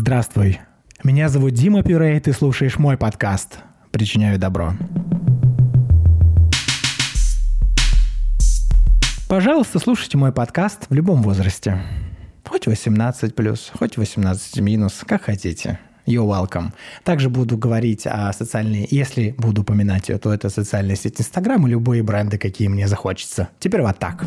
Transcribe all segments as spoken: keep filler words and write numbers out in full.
Здравствуй, меня зовут Дима Пюре, и ты слушаешь мой подкаст «Причиняю добро». Пожалуйста, слушайте мой подкаст в любом возрасте. Хоть восемнадцать плюс, хоть восемнадцать минус, как хотите. You're welcome. Также буду говорить о социальной... Если буду упоминать ее, то это социальная сеть Инстаграм и любые бренды, какие мне захочется. Теперь вот так.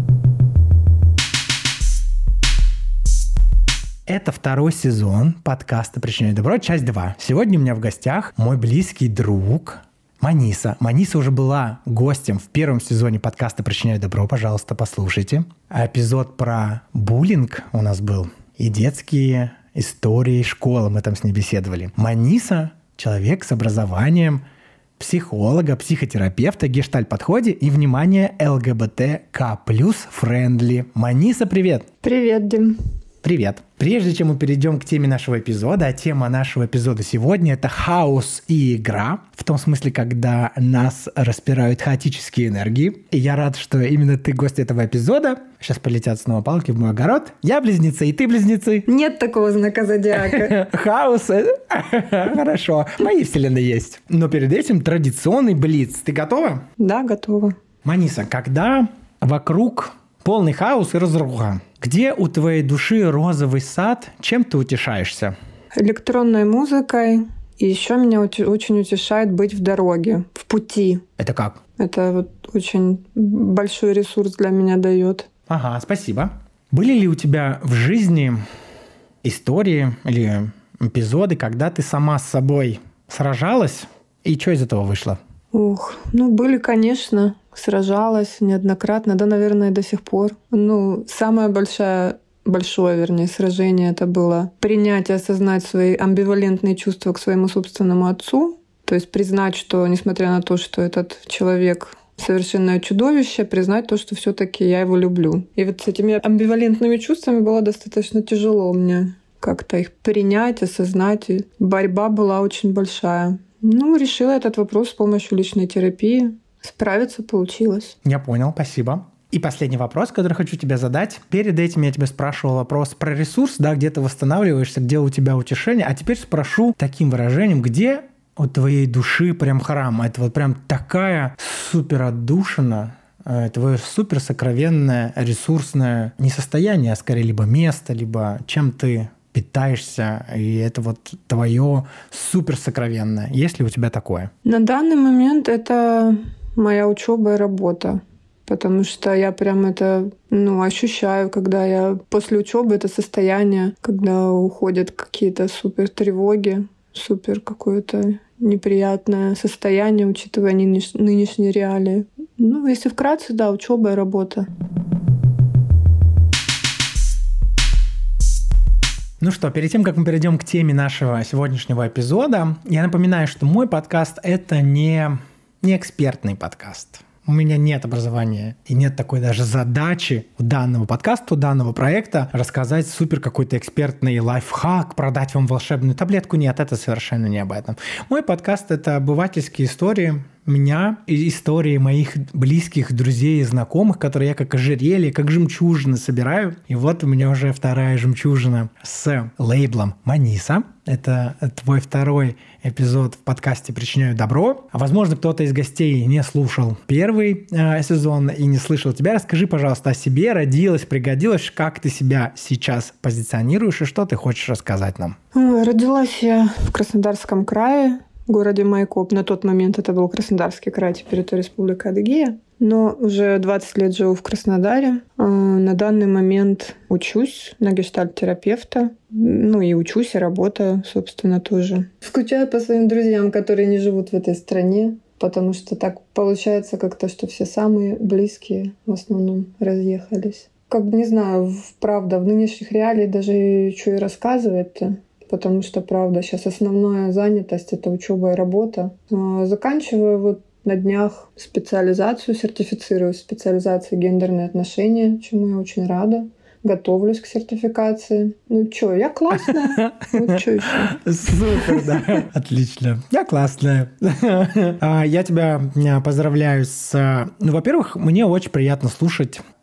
Это второй сезон подкаста «Причиняю добро», часть два. Сегодня у меня в гостях мой близкий друг Маниса. Маниса уже была гостем в первом сезоне подкаста «Причиняю добро». Пожалуйста, послушайте. Эпизод про буллинг у нас был. И детские истории школы. Мы там с ней беседовали. Маниса – человек с образованием психолога, психотерапевта, гештальт-подходе и, внимание, эл гэ бэ тэ ка плюс френдли. Маниса, привет! Привет, Дим! Привет! Прежде чем мы перейдем к теме нашего эпизода, а тема нашего эпизода сегодня – это хаос и игра, в том смысле, когда нас распирают хаотические энергии. И я рад, что именно ты гость этого эпизода. Сейчас полетят снова палки в мой огород. Я близнецы, и ты близнецы. Нет такого знака зодиака. Хаос. Хорошо. В моей вселенной есть. Но перед этим традиционный блиц. Ты готова? Да, готова. Маниса, когда вокруг полный хаос и разруха, где у твоей души розовый сад, чем ты утешаешься? Электронной музыкой. И еще меня очень утешает быть в дороге, в пути. Это как? Это вот очень большой ресурс для меня дает. Ага, спасибо. Были ли у тебя в жизни истории или эпизоды, когда ты сама с собой сражалась, и что из этого вышло? Ух, ну были, конечно. Сражалась неоднократно, да, наверное, до сих пор. Ну, самое большое, большое, вернее, сражение это было принять и осознать свои амбивалентные чувства к своему собственному отцу. То есть признать, что, несмотря на то, что этот человек совершенное чудовище, признать то, что все-таки я его люблю. И вот с этими амбивалентными чувствами было достаточно тяжело мне как-то их принять, осознать. И борьба была очень большая. Ну, решила этот вопрос с помощью личной терапии. Справиться получилось. Я понял, спасибо. И последний вопрос, который хочу тебе задать. Перед этим я тебя спрашивал вопрос про ресурс, да, где ты восстанавливаешься, где у тебя утешение. А теперь спрошу таким выражением, где у твоей души прям храм. Это вот прям такая супер отдушина, твое супер сокровенное, ресурсное не состояние, а скорее либо место, либо чем ты питаешься, и это вот твое супер сокровенное. Есть ли у тебя такое? На данный момент это моя учеба и работа. Потому что я прям это ну, ощущаю, когда я после учебы это состояние, когда уходят какие-то супер тревоги, супер какое-то неприятное состояние, учитывая нынеш... нынешние реалии. Ну, если вкратце, да, учеба и работа. Ну что, перед тем, как мы перейдем к теме нашего сегодняшнего эпизода, я напоминаю, что мой подкаст — это не, не экспертный подкаст. У меня нет образования и нет такой даже задачи у данного подкаста, у данного проекта рассказать супер какой-то экспертный лайфхак, продать вам волшебную таблетку. Нет, это совершенно не об этом. Мой подкаст — это обывательские истории меня и истории моих близких, друзей и знакомых, которые я как ожерелье, как жемчужины собираю. И вот у меня уже вторая жемчужина с лейблом Маниса. Это твой второй эпизод в подкасте «Причиняю добро». А возможно, кто-то из гостей не слушал первый э, сезон и не слышал тебя. Расскажи, пожалуйста, о себе. Родилась, пригодилась, как ты себя сейчас позиционируешь и что ты хочешь рассказать нам? Родилась я в Краснодарском крае, в городе Майкоп. На тот момент это был Краснодарский край, теперь это Республика Адыгея. Но уже двадцать лет живу в Краснодаре. На данный момент учусь на гештальт-терапевта. Ну и учусь, и работаю, собственно, тоже. Скучаю по своим друзьям, которые не живут в этой стране, потому что так получается как-то, что все самые близкие в основном разъехались. Как бы, не знаю, правда, в нынешних реалиях даже что и рассказывать-то. Потому что, правда, сейчас основная занятость — это учеба и работа. Заканчиваю вот на днях специализацию, сертифицируюсь в специализации гендерные отношения, чему я очень рада. Готовлюсь к сертификации. Ну что, я классная. Вот что еще. Супер, да. Отлично. Я классная. Я тебя поздравляю с... Ну, во-первых, мне очень приятно слушать,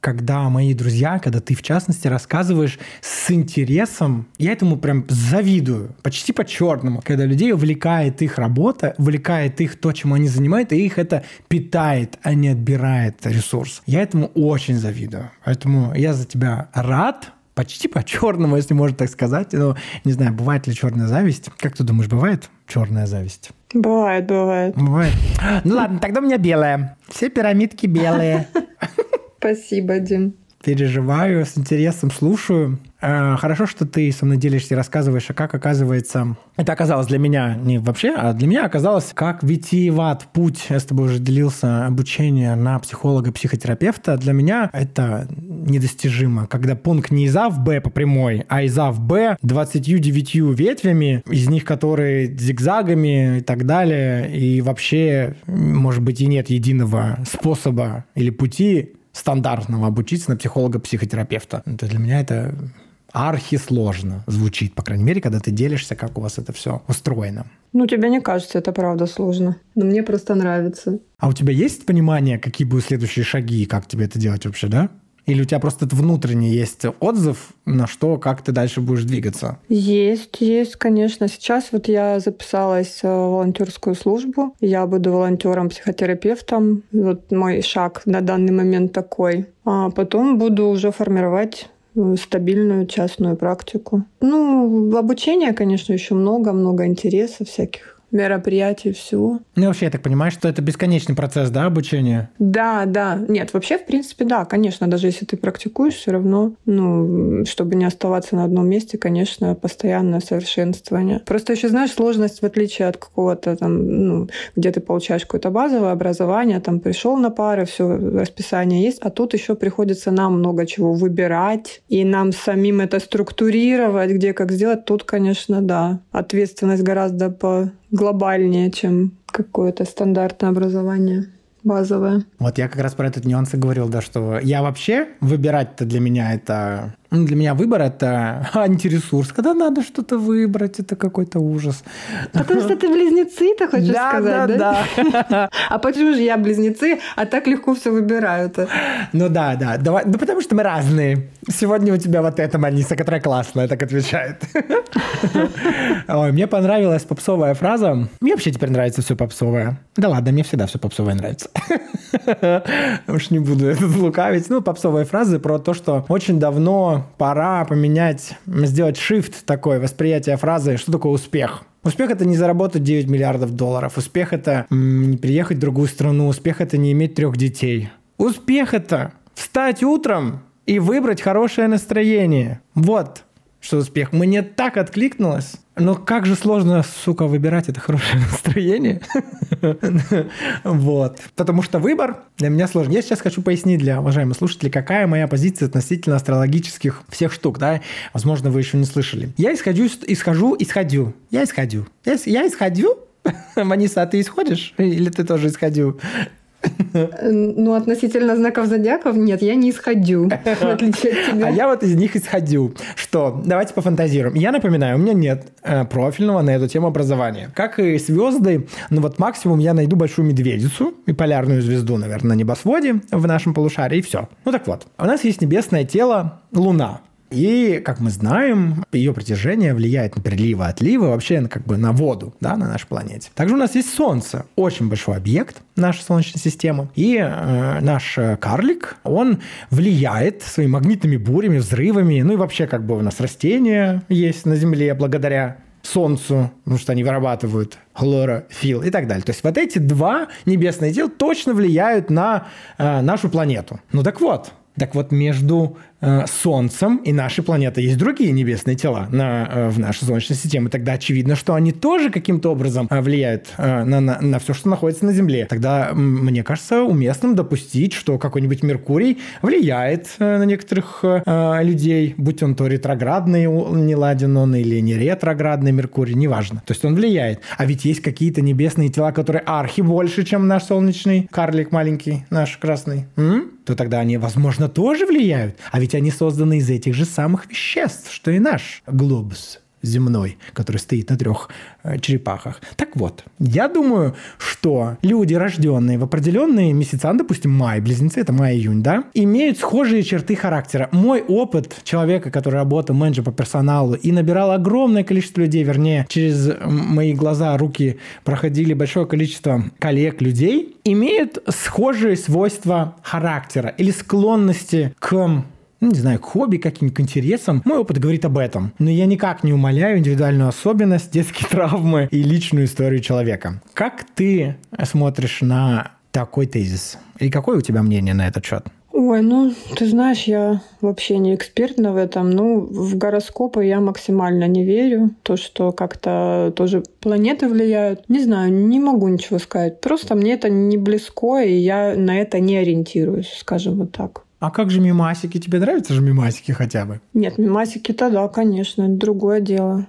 когда мои друзья, когда ты, в частности, рассказываешь с интересом, я этому прям завидую, почти по-черному, когда людей увлекает их работа, увлекает их то, чем они занимаются, и их это питает, а не отбирает ресурс. Я этому очень завидую. Поэтому я за тебя рад, почти по-черному, если можно так сказать. Но не знаю, бывает ли черная зависть. Как ты думаешь, бывает черная зависть? Бывает, бывает. Бывает. Ну ладно, тогда у меня белая. Все пирамидки белые. Спасибо, Дим. Переживаю, с интересом слушаю. Хорошо, что ты со мной делишься и рассказываешь, а как оказывается... Это оказалось для меня не вообще, а для меня оказалось, как витиеват путь, я с тобой уже делился, обучение на психолога-психотерапевта. Для меня это недостижимо. Когда пункт не из А в Б по прямой, а из А в Б двадцатью девятью ветвями, из них которые зигзагами и так далее, и вообще, может быть, и нет единого способа или пути стандартного обучиться на психолога-психотерапевта. Это для меня это архисложно звучит, по крайней мере, когда ты делишься, как у вас это все устроено. Ну, тебе не кажется, это правда сложно. Но мне просто нравится. А у тебя есть понимание, какие будут следующие шаги, и как тебе это делать вообще, да? Или у тебя просто это внутренний есть отзыв на что, как ты дальше будешь двигаться? Есть, есть, конечно. Сейчас вот я записалась в волонтерскую службу. Я буду волонтером-психотерапевтом. Вот мой шаг на данный момент такой. А потом буду уже формировать стабильную частную практику. Ну, обучения, конечно, еще много, много интересов всяких. Мероприятий, всего. Ну, вообще, я так понимаю, что это бесконечный процесс, да, обучения? Да, да. Нет, вообще, в принципе, да, конечно, даже если ты практикуешь, все равно, ну, чтобы не оставаться на одном месте, конечно, постоянное совершенствование. Просто еще, знаешь, сложность, в отличие от какого-то там, ну, где ты получаешь какое-то базовое образование, там пришел на пары, все расписание есть, а тут еще приходится нам много чего выбирать, и нам самим это структурировать, где как сделать. Тут, конечно, да, ответственность гораздо по глобальнее, чем какое-то стандартное образование базовое. Вот я как раз про этот нюанс и говорил, да, что я вообще выбирать-то для меня это... Для меня выбор – это антиресурс. Когда надо что-то выбрать, это какой-то ужас. Потому что ты близнецы-то, хочешь да, сказать, да? Да, да. А почему же я близнецы, а так легко все выбираю-то? Ну да, да. Давай, ну потому что мы разные. Сегодня у тебя вот эта Маниса, которая классная, так отвечает. Ой, мне понравилась попсовая фраза. Мне вообще теперь нравится все попсовое. Да ладно, мне всегда все попсовое нравится. Уж не буду это лукавить. Ну, попсовые фразы про то, что очень давно пора поменять, сделать шифт такой, восприятие фразы, что такое успех. Успех – это не заработать девять миллиардов долларов. Успех – это не переехать в другую страну. Успех – это не иметь трех детей. Успех – это встать утром и выбрать хорошее настроение. Вот что успех. Мне так откликнулось. Но как же сложно, сука, выбирать это хорошее настроение. Вот. Потому что выбор для меня сложен. Я сейчас хочу пояснить для уважаемых слушателей, какая моя позиция относительно астрологических всех штук, да. Возможно, вы еще не слышали. Я исходю, исхожу, исходю. Я исходю. Я, я исходю? Маниса, а ты исходишь? Или ты тоже исходю? Ну, относительно знаков зодиаков, нет, я не исходю, в отличие от тебя. А я вот из них исходю. Что? Давайте пофантазируем. Я напоминаю, у меня нет э, профильного на эту тему образования. Как и звезды, ну вот максимум я найду большую медведицу и полярную звезду, наверное, на небосводе в нашем полушарии, и все. Ну так вот, у нас есть небесное тело Луна. И, как мы знаем, ее притяжение влияет на приливы, отливы, вообще на, как бы, на воду, да, на нашей планете. Также у нас есть Солнце, очень большой объект нашей Солнечной системы. И э, наш карлик, он влияет своими магнитными бурями, взрывами. Ну и вообще, как бы, у нас растения есть на Земле благодаря Солнцу, потому что они вырабатывают хлорофилл и так далее. То есть вот эти два небесные тела точно влияют на э, нашу планету. Ну так вот, Так вот, между э, Солнцем и нашей планетой есть другие небесные тела на, э, в нашей Солнечной системе. Тогда очевидно, что они тоже каким-то образом э, влияют э, на, на, на все, что находится на Земле. Тогда, м- мне кажется, уместным допустить, что какой-нибудь Меркурий влияет э, на некоторых э, людей, будь он то ретроградный, не ладен он, или не ретроградный Меркурий, неважно. То есть он влияет. А ведь есть какие-то небесные тела, которые архи больше, чем наш солнечный карлик маленький, наш красный. М? То тогда они, возможно, тоже влияют. А ведь они созданы из этих же самых веществ, что и наш глобус земной, который стоит на трех э, черепахах. Так вот, я думаю, что люди, рожденные в определенные месяца, допустим, май, близнецы, это май-июнь, да, имеют схожие черты характера. Мой опыт человека, который работал менеджером по персоналу и набирал огромное количество людей, вернее, через мои глаза, руки проходили большое количество коллег, людей, имеют схожие свойства характера или склонности к, ну, не знаю, к хобби, каким-нибудь интересам. Мой опыт говорит об этом. Но я никак не умаляю индивидуальную особенность, детские травмы и личную историю человека. Как ты смотришь на такой тезис? И какое у тебя мнение на этот счет? Ой, ну, ты знаешь, я вообще не экспертна в этом. Ну, в гороскопы я максимально не верю. То, что как-то тоже планеты влияют. Не знаю, не могу ничего сказать. Просто мне это не близко, и я на это не ориентируюсь, скажем вот так. А как же мемасики? Тебе нравятся же мемасики хотя бы? Нет, мемасики-то да, конечно. Это другое дело.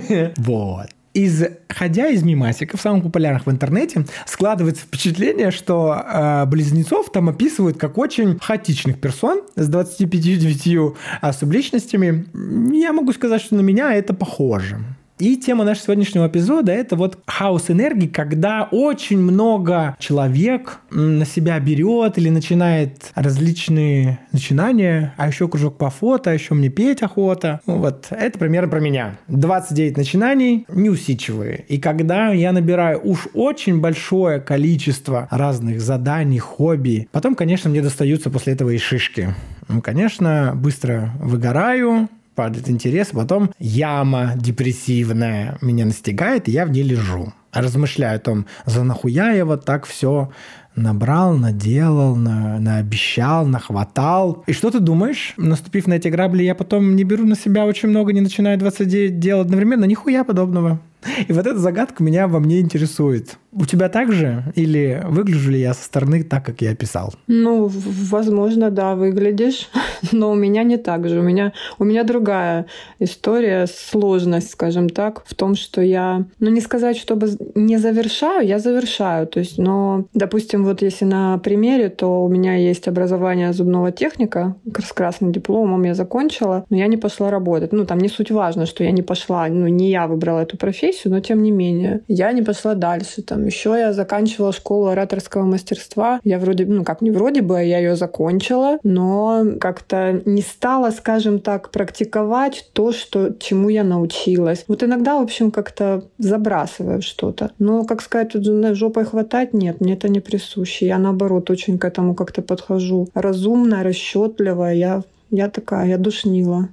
Вот. Исходя из мемасиков, самых популярных в интернете, складывается впечатление, что э, близнецов там описывают как очень хаотичных персон с двадцатью пятью субличностями. Я могу сказать, что на меня это похоже. И тема нашего сегодняшнего эпизода – это вот хаос энергии, когда очень много человек на себя берет или начинает различные начинания, а еще кружок по фото, а еще мне петь охота. Вот это примерно про меня. двадцать девять начинаний неусидчивые. И когда я набираю уж очень большое количество разных заданий, хобби, потом, конечно, мне достаются после этого и шишки. Ну, конечно, быстро выгораю, падает интерес, потом яма депрессивная меня настигает, и я в ней лежу. Размышляю о том, за нахуя я вот так все набрал, наделал, на, наобещал, нахватал. И что ты думаешь? Наступив на эти грабли, я потом не беру на себя очень много, не начинаю двадцать девять дел одновременно. Нихуя подобного. И вот эта загадка меня во мне интересует. У тебя так же? Или выгляжу ли я со стороны так, как я описал? Ну, возможно, да, выглядишь. Но у меня не так же. У меня, у меня другая история, сложность, скажем так, в том, что я... Ну, не сказать, чтобы не завершаю, я завершаю. То есть, но, допустим, вот если на примере, то у меня есть образование зубного техника с красным дипломом, я закончила, но я не пошла работать. Ну, там не суть важно, что я не пошла, ну, не я выбрала эту профессию, но тем не менее. Я не пошла дальше. Там еще я заканчивала школу ораторского мастерства. Я вроде, ну, как не вроде бы, я ее закончила, но как-то не стала, скажем так, практиковать то, что, чему я научилась. Вот иногда, в общем, как-то забрасываю что-то. Но, как сказать, тут жопой хватать, нет, мне это не присуще. Я, наоборот, очень к этому как-то подхожу разумно, расчетливо. Я, я такая, я душнила.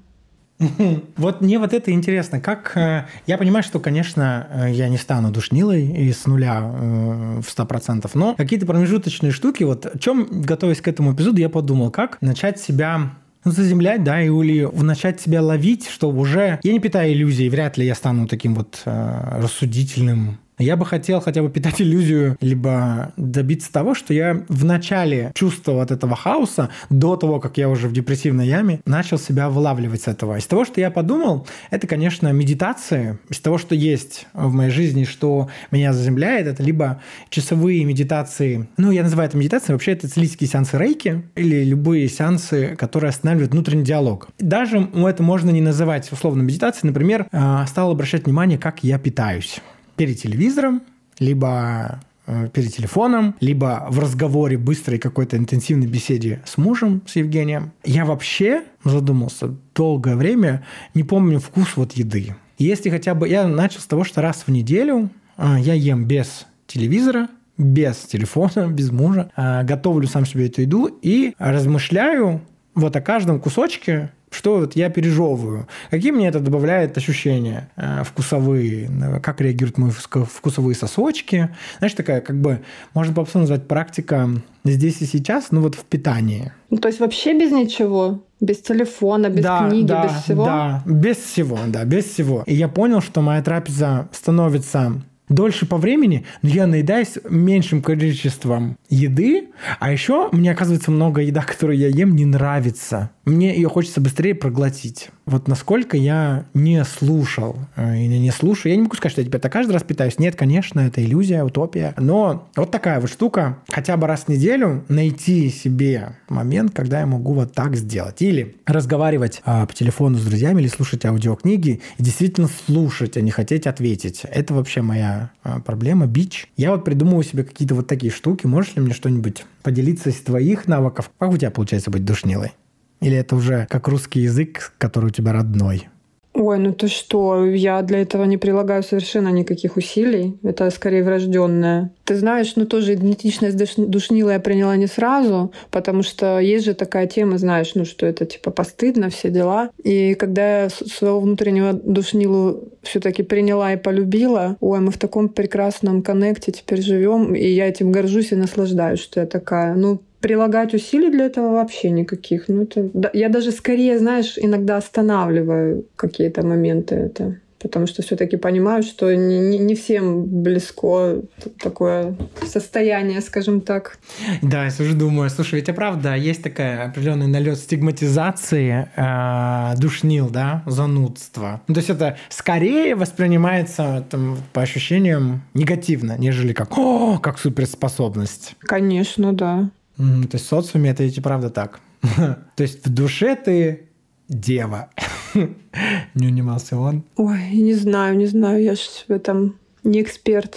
Вот мне вот это интересно. Как я понимаю, что, конечно, я не стану душнилой и с нуля в сто процентов, но какие-то промежуточные штуки, вот о чем, готовясь к этому эпизоду, я подумал, как начать себя... Ну, заземлять, да, или начать себя ловить, что уже... Я не питаю иллюзий, вряд ли я стану таким вот э, рассудительным. Я бы хотел хотя бы питать иллюзию, либо добиться того, что я в начале чувствовал от этого хаоса, до того, как я уже в депрессивной яме, начал себя вылавливать с этого. Из того, что я подумал, это, конечно, медитация. Из того, что есть в моей жизни, что меня заземляет, это либо часовые медитации. Ну, я называю это медитацией. Вообще, это целительские сеансы рейки или любые сеансы, которые останавливают внутренний диалог. Даже это можно не называть условно медитацией. Например, стал обращать внимание, как я питаюсь. Перед телевизором, либо э, перед телефоном, либо в разговоре быстрой какой-то интенсивной беседе с мужем, с Евгением. Я вообще задумался долгое время, не помню вкус вот еды. Если хотя бы... Я начал с того, что раз в неделю э, я ем без телевизора, без телефона, без мужа, э, готовлю сам себе эту еду и размышляю вот о каждом кусочке, что вот я пережевываю, какие мне это добавляет ощущения э, вкусовые, как реагируют мои вкусовые сосочки. Знаешь, такая, как бы, можно по-простому назвать практика здесь и сейчас, ну вот в питании. Ну, то есть вообще без ничего? Без телефона, без да, книги, да, без всего? Да, без всего, да, без всего. И я понял, что моя трапеза становится... дольше по времени, но я наедаюсь меньшим количеством еды, а еще мне, оказывается, много еда, которую я ем, не нравится. Мне ее хочется быстрее проглотить. Вот насколько я не слушал или не слушаю. Я не могу сказать, что я теперь так каждый раз питаюсь. Нет, конечно, это иллюзия, утопия. Но вот такая вот штука. Хотя бы раз в неделю найти себе момент, когда я могу вот так сделать. Или разговаривать а, по телефону с друзьями, или слушать аудиокниги. И действительно слушать, а не хотеть ответить. Это вообще моя а, проблема, бич. Я вот придумываю себе какие-то вот такие штуки. Можешь ли мне что-нибудь поделиться из твоих навыков? Как у тебя получается быть душнилой? Или это уже как русский язык, который у тебя родной? Ой, ну ты что, я для этого не прилагаю совершенно никаких усилий. Это скорее врожденное. Ты знаешь, ну тоже идентичность душнилы я приняла не сразу, потому что есть же такая тема, знаешь, ну что это типа постыдно, все дела. И когда я своего внутреннего душнилу все-таки приняла и полюбила, ой, мы в таком прекрасном коннекте теперь живем, и я этим горжусь и наслаждаюсь, что я такая. Ну, прилагать усилий для этого вообще никаких. Ну, это, да, я даже скорее, знаешь, иногда останавливаю какие-то моменты это, потому что все-таки понимаю, что не, не, не всем близко такое состояние, скажем так. Да, я тоже думаю, слушай, ведь правда есть такая определенный налет стигматизации э, душнил, да, занудства. Ну, то есть это скорее воспринимается там, по ощущениям негативно, нежели как, о, как суперспособность. Конечно, да. Mm, то есть в социуме это ведь и правда так. То есть в душе ты дева. Не унимался он. Ой, не знаю, не знаю, я же в этом не эксперт.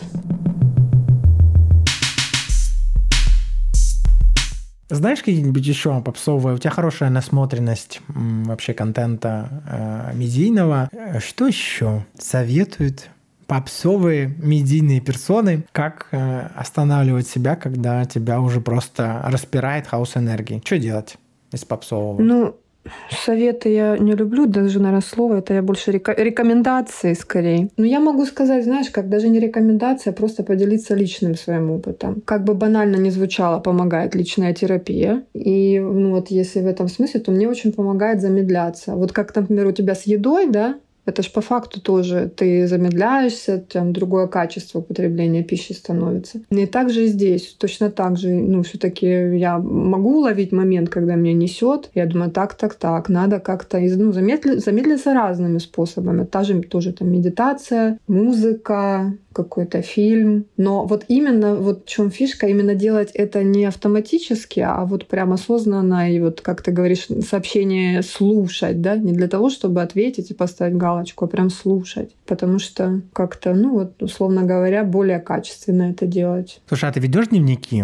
Знаешь какие-нибудь еще попсовые? У тебя хорошая насмотренность м, вообще контента э, медийного. Что еще советуют попсовые медийные персоны, как э, останавливать себя, когда тебя уже просто распирает хаос энергии? Что делать из попсового? Ну, советы я не люблю, даже, наверное, слово, это я больше река- рекомендации скорее. Но я могу сказать, знаешь, как даже не рекомендация, а просто поделиться личным своим опытом. Как бы банально ни звучало, помогает личная терапия. И ну, вот если в этом смысле, то мне очень помогает замедляться. Вот как, например, у тебя с едой, да, это ж по факту тоже ты замедляешься, там другое качество употребления пищи становится. И также и здесь, точно так же, ну, все-таки я могу уловить момент, когда меня несет. Я думаю, так, так, так, надо как-то ну, замедли, замедлиться разными способами. Та же тоже там медитация, музыка, какой-то фильм. Но вот именно, вот в чем фишка, именно делать это не автоматически, а вот прям осознанно и вот, как ты говоришь, сообщение слушать, да, не для того, чтобы ответить и поставить галочку, а прям слушать. Потому что как-то, ну вот, условно говоря, более качественно это делать. Слушай, а ты ведешь дневники?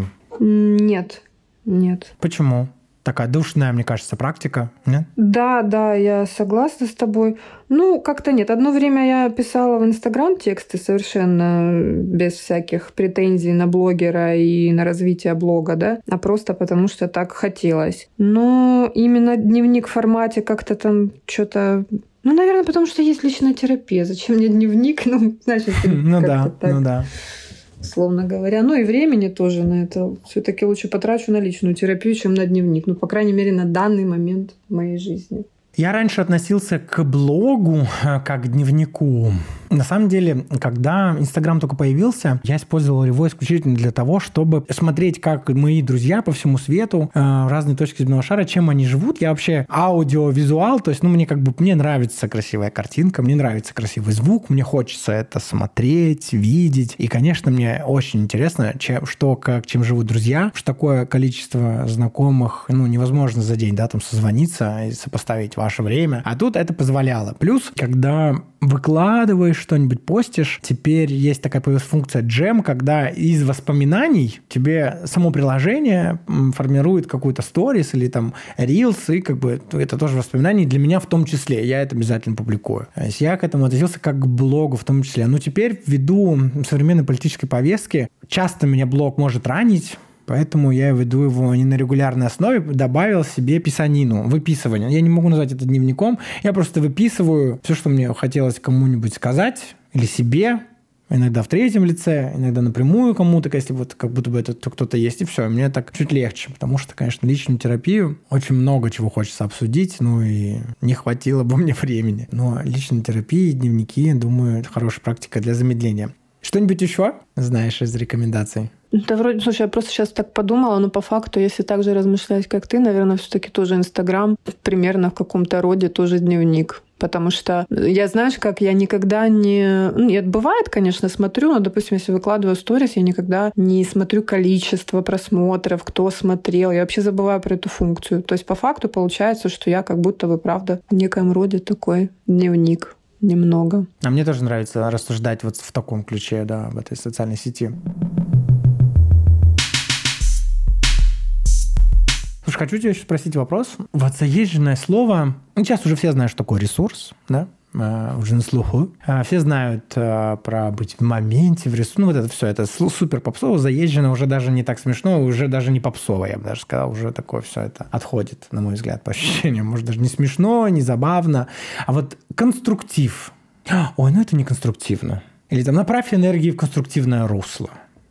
Нет, нет. Почему? Такая душная, мне кажется, практика, нет? Да, да, я согласна с тобой. Ну, как-то нет. Одно время я писала в Инстаграм тексты совершенно без всяких претензий на блогера и на развитие блога, да, а просто потому, что так хотелось. Но именно дневник в формате как-то там что-то... Ну, наверное, потому что есть личная терапия. Зачем мне дневник? Ну, значит, ну да, ну да. Условно говоря. Ну и времени тоже на это. Все-таки лучше потрачу на личную терапию, чем на дневник. Ну, по крайней мере, на данный момент в моей жизни. Я раньше относился к блогу как к дневнику. На самом деле, когда Инстаграм только появился, я использовал его исключительно для того, чтобы смотреть, как мои друзья по всему свету, э, разные точки земного шара, чем они живут. Я вообще аудиовизуал, то есть, ну, мне как бы, мне нравится красивая картинка, мне нравится красивый звук, мне хочется это смотреть, видеть. И, конечно, мне очень интересно, чем, что, как, чем живут друзья, что такое количество знакомых, ну, невозможно за день, да, там, созвониться и сопоставить ваше время. А тут это позволяло. Плюс, когда выкладываешь что-нибудь, постишь, теперь есть такая появилась функция джем, когда из воспоминаний тебе само приложение формирует какую-то сторис или там рилс, и как бы это тоже воспоминания для меня в том числе. Я это обязательно публикую. То есть я к этому относился как к блогу в том числе. Но теперь ввиду современной политической повестки часто меня блог может ранить. Поэтому я веду его не на регулярной основе, добавил себе писанину, выписывание. Я не могу назвать это дневником, я просто выписываю все, что мне хотелось кому-нибудь сказать или себе, иногда в третьем лице, иногда напрямую кому-то, если вот как будто бы это кто-то есть, и все. Мне так чуть легче, потому что, конечно, личную терапию очень много чего хочется обсудить, ну и не хватило бы мне времени. Но личная терапия и дневники, думаю, это хорошая практика для замедления. Что-нибудь еще знаешь из рекомендаций? Да вроде, слушай, я просто сейчас так подумала, но по факту, если так же размышлять, как ты, наверное, все-таки тоже Инстаграм примерно в каком-то роде тоже дневник. Потому что я, знаешь, как я никогда не... Ну, нет, бывает, конечно, смотрю, но, допустим, если выкладываю сторис, я никогда не смотрю количество просмотров, кто смотрел. Я вообще забываю про эту функцию. То есть по факту получается, что я как будто бы, правда, в некоем роде такой дневник. Немного. А мне тоже нравится рассуждать вот в таком ключе, да, в этой социальной сети. Слушай, хочу тебя еще спросить вопрос. Вот заезженное слово... Ну, сейчас уже все знают, что такое ресурс, да? Uh, уже на слуху. Uh, все знают uh, про быть в моменте, в ресурсе. Ну, вот это все, это супер попсово, заезжено, уже даже не так смешно, уже даже не попсово, я бы даже сказал, уже такое все это отходит, на мой взгляд, по ощущениям. Может, даже не смешно, не забавно. А вот конструктив. Ой, ну это не конструктивно. Или там направь энергии в конструктивное русло.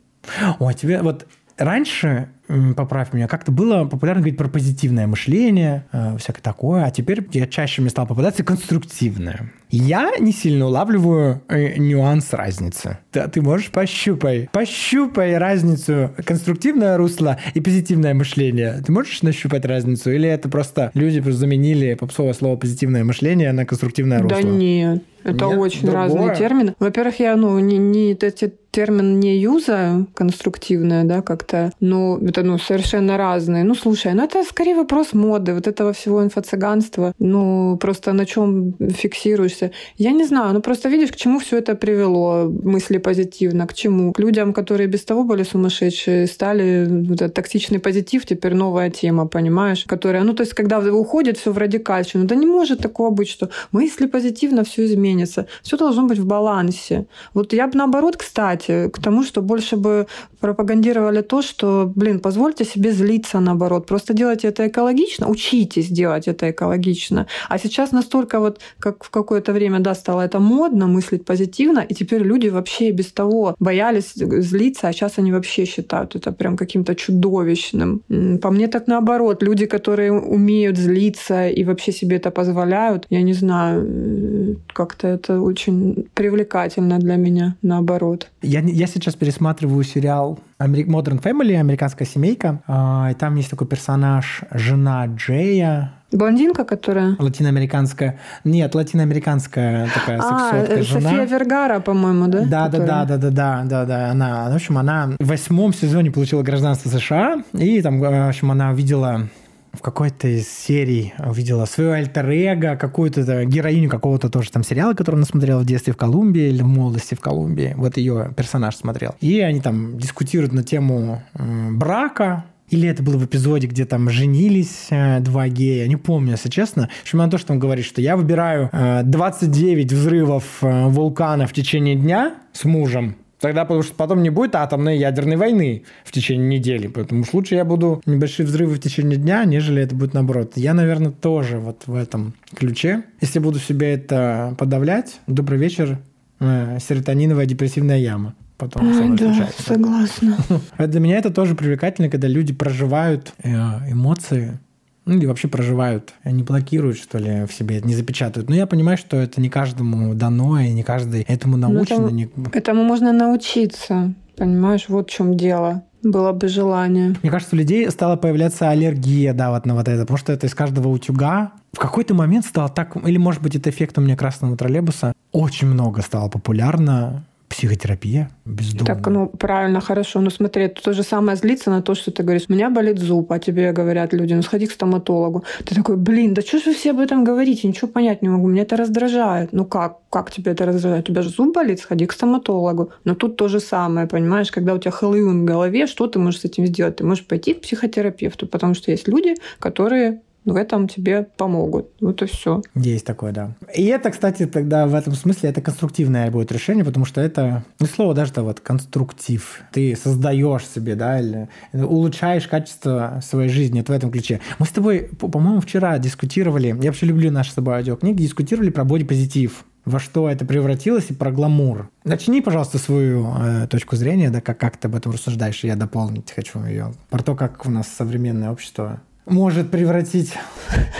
Ой, тебе вот... Раньше, поправь меня, как-то было популярно говорить про позитивное мышление, э, всякое такое, а теперь я чаще мне стал попадаться конструктивное. Я не сильно улавливаю э, нюанс разницы. Да, ты можешь пощупай, пощупай разницу конструктивное русло и позитивное мышление. Ты можешь нащупать разницу? Или это просто люди просто заменили попсовое слово позитивное мышление на конструктивное русло? Да нет. Это Нет, очень другое. разные термины. Во-первых, я ну, не, не, эти термин не юзаю, конструктивное, да, как-то, но это ну, совершенно разные. Ну, слушай, ну это скорее вопрос моды, вот этого всего инфо-цыганства. Ну, просто на чем фиксируешься. Я не знаю, ну просто видишь, к чему все это привело, мысли позитивно, к чему. К людям, которые без того были сумасшедшие, стали вот этот токсичный позитив, теперь новая тема, понимаешь, которая, ну, то есть, когда уходит все в радикальщину, да не может такого быть, что мысли позитивно все изменится. Все должно быть в балансе. Вот я бы наоборот, кстати, к тому, что больше бы пропагандировали то, что, блин, позвольте себе злиться наоборот. Просто делайте это экологично, учитесь делать это экологично. А сейчас настолько вот, как в какое-то время, да, стало это модно, мыслить позитивно, и теперь люди вообще без того боялись злиться, а сейчас они вообще считают это прям каким-то чудовищным. По мне так наоборот. Люди, которые умеют злиться и вообще себе это позволяют, я не знаю, как-то это очень привлекательно для меня, наоборот. Я, я сейчас пересматриваю сериал Modern Family, «Американская семейка», и там есть такой персонаж, жена Джея. Блондинка, которая? Латиноамериканская. Нет, латиноамериканская такая а, сексотка жена. София Вергара, по-моему, да? Да, да, да, да, да, да, да, да. Она, в общем, она в восьмом сезоне получила гражданство США, и там, в общем, она увидела... в какой-то из серий увидела свою альтер-эго, какую-то героиню какого-то тоже там сериала, который она смотрела в детстве в Колумбии или в молодости в Колумбии. Вот ее персонаж смотрел. И они там дискутируют на тему э, брака. Или это было в эпизоде, где там женились э, два гея. Не помню, если честно. В общем, она то, что он говорит, что я выбираю э, двадцать девять взрывов э, вулкана в течение дня с мужем. Тогда, потому что потом не будет атомной ядерной войны в течение недели. Поэтому уж лучше я буду небольшие взрывы в течение дня, нежели это будет наоборот. Я, наверное, тоже вот в этом ключе. Если буду себе это подавлять, добрый вечер, э, серотониновая депрессивная яма. Потом Ой, да, случается. Согласна. Для меня это тоже привлекательно, когда люди проживают эмоции, ну или вообще проживают, не блокируют, что ли, в себе, не запечатывают. Но я понимаю, что это не каждому дано, и не каждый этому научен. Этому, не... этому можно научиться, понимаешь, вот в чем дело. Было бы желание. Мне кажется, у людей стала появляться аллергия, да, вот на вот это, потому что это из каждого утюга. В какой-то момент стало так, или, может быть, это эффект у меня красного троллейбуса, очень много стало популярно. Психотерапия бездумно. Так, ну, правильно, хорошо. Ну, смотри, это то же самое злиться на то, что ты говоришь, у меня болит зуб, а тебе говорят люди, ну, сходи к стоматологу. Ты такой, блин, да что же вы все об этом говорите? Ничего понять не могу, меня это раздражает. Ну, как? Как тебе это раздражает? У тебя же зуб болит, сходи к стоматологу. Но тут то же самое, понимаешь? Когда у тебя хэллоуин в голове, что ты можешь с этим сделать? Ты можешь пойти к психотерапевту, потому что есть люди, которые... в этом тебе помогут. Вот и все. Есть такое, да. И это, кстати, тогда в этом смысле это конструктивное будет решение, потому что это, ну, слово даже-то вот конструктив. Ты создаешь себе, да, или улучшаешь качество своей жизни. Это в этом ключе. Мы с тобой, по-моему, вчера дискутировали, я вообще люблю наши с тобой аудиокниги, дискутировали про бодипозитив. Во что это превратилось и про гламур. Начни, пожалуйста, свою э, точку зрения, да, как, как ты об этом рассуждаешь, и я дополнить хочу ее. Про то, как у нас современное общество может превратить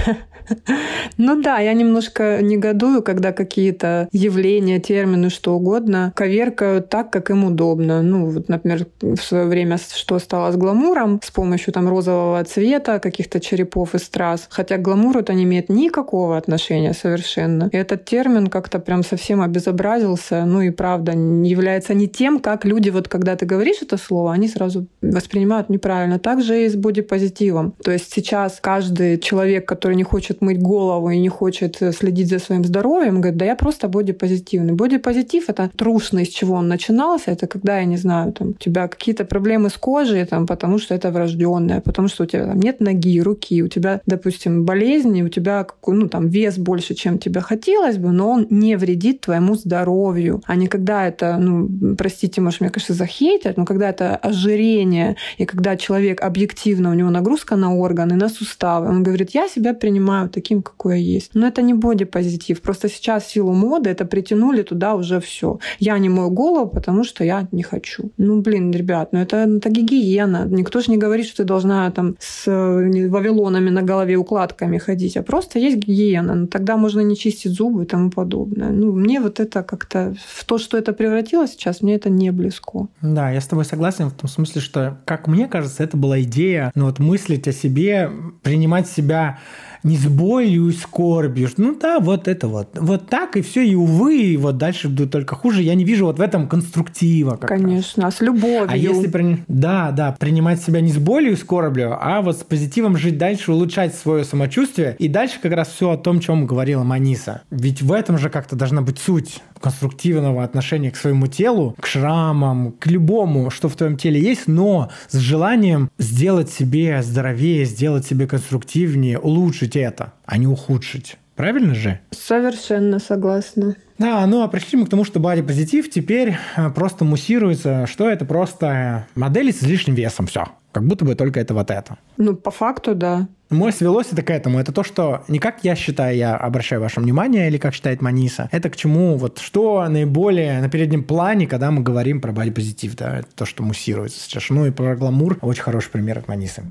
Ну да, я немножко негодую, когда какие-то явления, термины, что угодно коверкают так, как им удобно. Ну, вот, например, в свое время что стало с гламуром с помощью там розового цвета, каких-то черепов и страз. Хотя к гламуру это не имеет никакого отношения совершенно. И этот термин как-то прям совсем обезобразился. Ну и правда, не является не тем, как люди, вот когда ты говоришь это слово, они сразу воспринимают неправильно. Так же и с бодипозитивом. То есть сейчас каждый человек, который не хочет мыть голову и не хочет следить за своим здоровьем, говорит, да я просто бодипозитивный. Бодипозитив — это трушно, из чего он начинался. Это когда, я не знаю, там, у тебя какие-то проблемы с кожей, там, потому что это врожденное, потому что у тебя там, нет ноги, руки, у тебя, допустим, болезни, у тебя ну, там, вес больше, чем тебе хотелось бы, но он не вредит твоему здоровью. А не когда это, ну, простите, может, меня, конечно, захейтят, но когда это ожирение, и когда человек объективно, у него нагрузка на органы, на суставы, он говорит, я себя принимаю таким, какой я есть. Но это не бодипозитив. Просто сейчас в силу моды это притянули туда уже все. Я не мою голову, потому что я не хочу. Ну, блин, ребят, ну это, это гигиена. Никто же не говорит, что ты должна там с вавилонами на голове, укладками ходить, а просто есть гигиена. Ну, тогда можно не чистить зубы и тому подобное. Ну, мне вот это как-то... В то, что это превратилось сейчас, мне это не близко. Да, я с тобой согласен в том смысле, что, как мне кажется, это была идея, ну вот мыслить о себе, принимать себя не с болью и скорбью. Ну да, вот это вот. Вот так, и все, и увы, и вот дальше будет только хуже. Я не вижу вот в этом конструктива. Конечно, раз. А с любовью. А если... При... Да, да, принимать себя не с болью и скорбью, а вот с позитивом жить дальше, улучшать свое самочувствие. И дальше как раз все о том, о чем говорила Маниса. Ведь в этом же как-то должна быть суть конструктивного отношения к своему телу, к шрамам, к любому, что в твоем теле есть, но с желанием сделать себе здоровее, сделать себе конструктивнее, улучшить это, а не ухудшить. Правильно же? Совершенно согласна. Да, ну а пришли мы к тому, что бодипозитив теперь просто муссируется, что это просто модели с излишним весом, все. Как будто бы только это вот это. Ну, по факту, да. Мой свелось это к этому. Это то, что не как я считаю, я обращаю ваше внимание, или как считает Маниса. Это к чему, вот что наиболее на переднем плане, когда мы говорим про бодипозитив, да, это то, что муссируется сейчас. Ну и про гламур очень хороший пример от Манисы.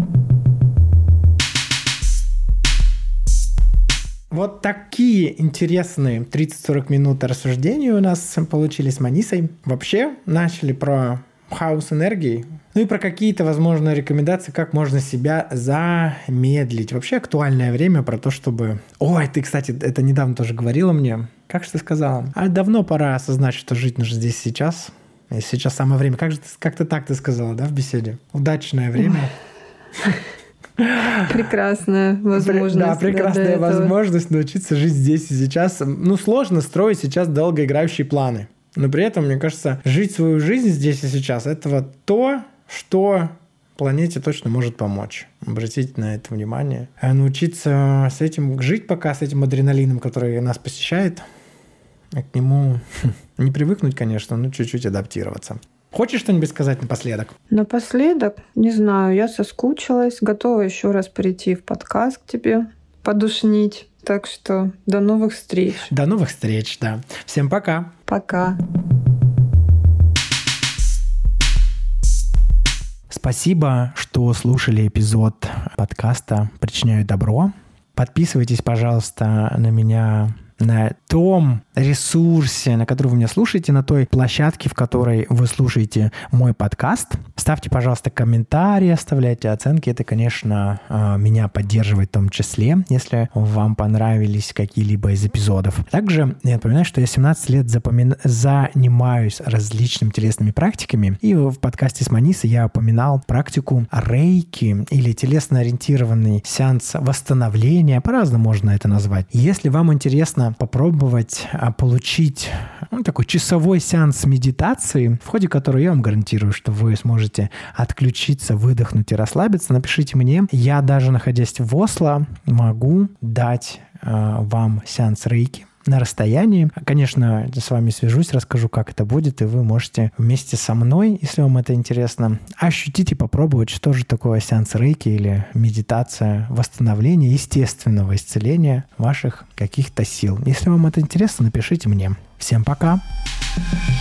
Вот такие интересные тридцать-сорок минут рассуждений у нас получились с Манисой. Вообще начали про хаос энергии, ну и про какие-то, возможно, рекомендации, как можно себя замедлить. Вообще актуальное время про то, чтобы... Ой, ты, кстати, это недавно тоже говорила мне. Как же ты сказала? А давно пора осознать, что жить нужно здесь сейчас. И сейчас самое время. Как же ты, как-то так ты сказала, да, в беседе? Удачное время. Прекрасная возможность. Да, прекрасная возможность научиться жить здесь и сейчас. Ну, сложно строить сейчас долгоиграющие планы. Но при этом, мне кажется, жить свою жизнь здесь и сейчас – это вот то, что планете точно может помочь. Обратите на это внимание. А научиться с этим жить пока, с этим адреналином, который нас посещает, к нему не привыкнуть, конечно, но чуть-чуть адаптироваться. Хочешь что-нибудь сказать напоследок? Напоследок? Не знаю, я соскучилась. Готова еще раз прийти в подкаст к тебе, подушнить. Так что до новых встреч. До новых встреч, да. Всем пока. Пока. Спасибо, что слушали эпизод подкаста «Причиняю добро». Подписывайтесь, пожалуйста, на меня на том ресурсе, на который вы меня слушаете, на той площадке, в которой вы слушаете мой подкаст. Ставьте, пожалуйста, комментарии, оставляйте оценки. Это, конечно, меня поддерживает в том числе, если вам понравились какие-либо из эпизодов. Также я напоминаю, что я семнадцать лет запомин... занимаюсь различными телесными практиками. И в подкасте с Манисой я упоминал практику рейки или телесно-ориентированный сеанс восстановления. По-разному можно это назвать. Если вам интересно попробовать получить ну, такой часовой сеанс медитации, в ходе которого я вам гарантирую, что вы сможете отключиться, выдохнуть и расслабиться, напишите мне. Я даже находясь в Осло могу дать э, вам сеанс рейки на расстоянии. Конечно, с вами свяжусь, расскажу, как это будет, и вы можете вместе со мной, если вам это интересно, ощутить и попробовать, что же такое сеанс рейки или медитация восстановления, естественного исцеления ваших каких-то сил. Если вам это интересно, напишите мне. Всем пока! Thank you.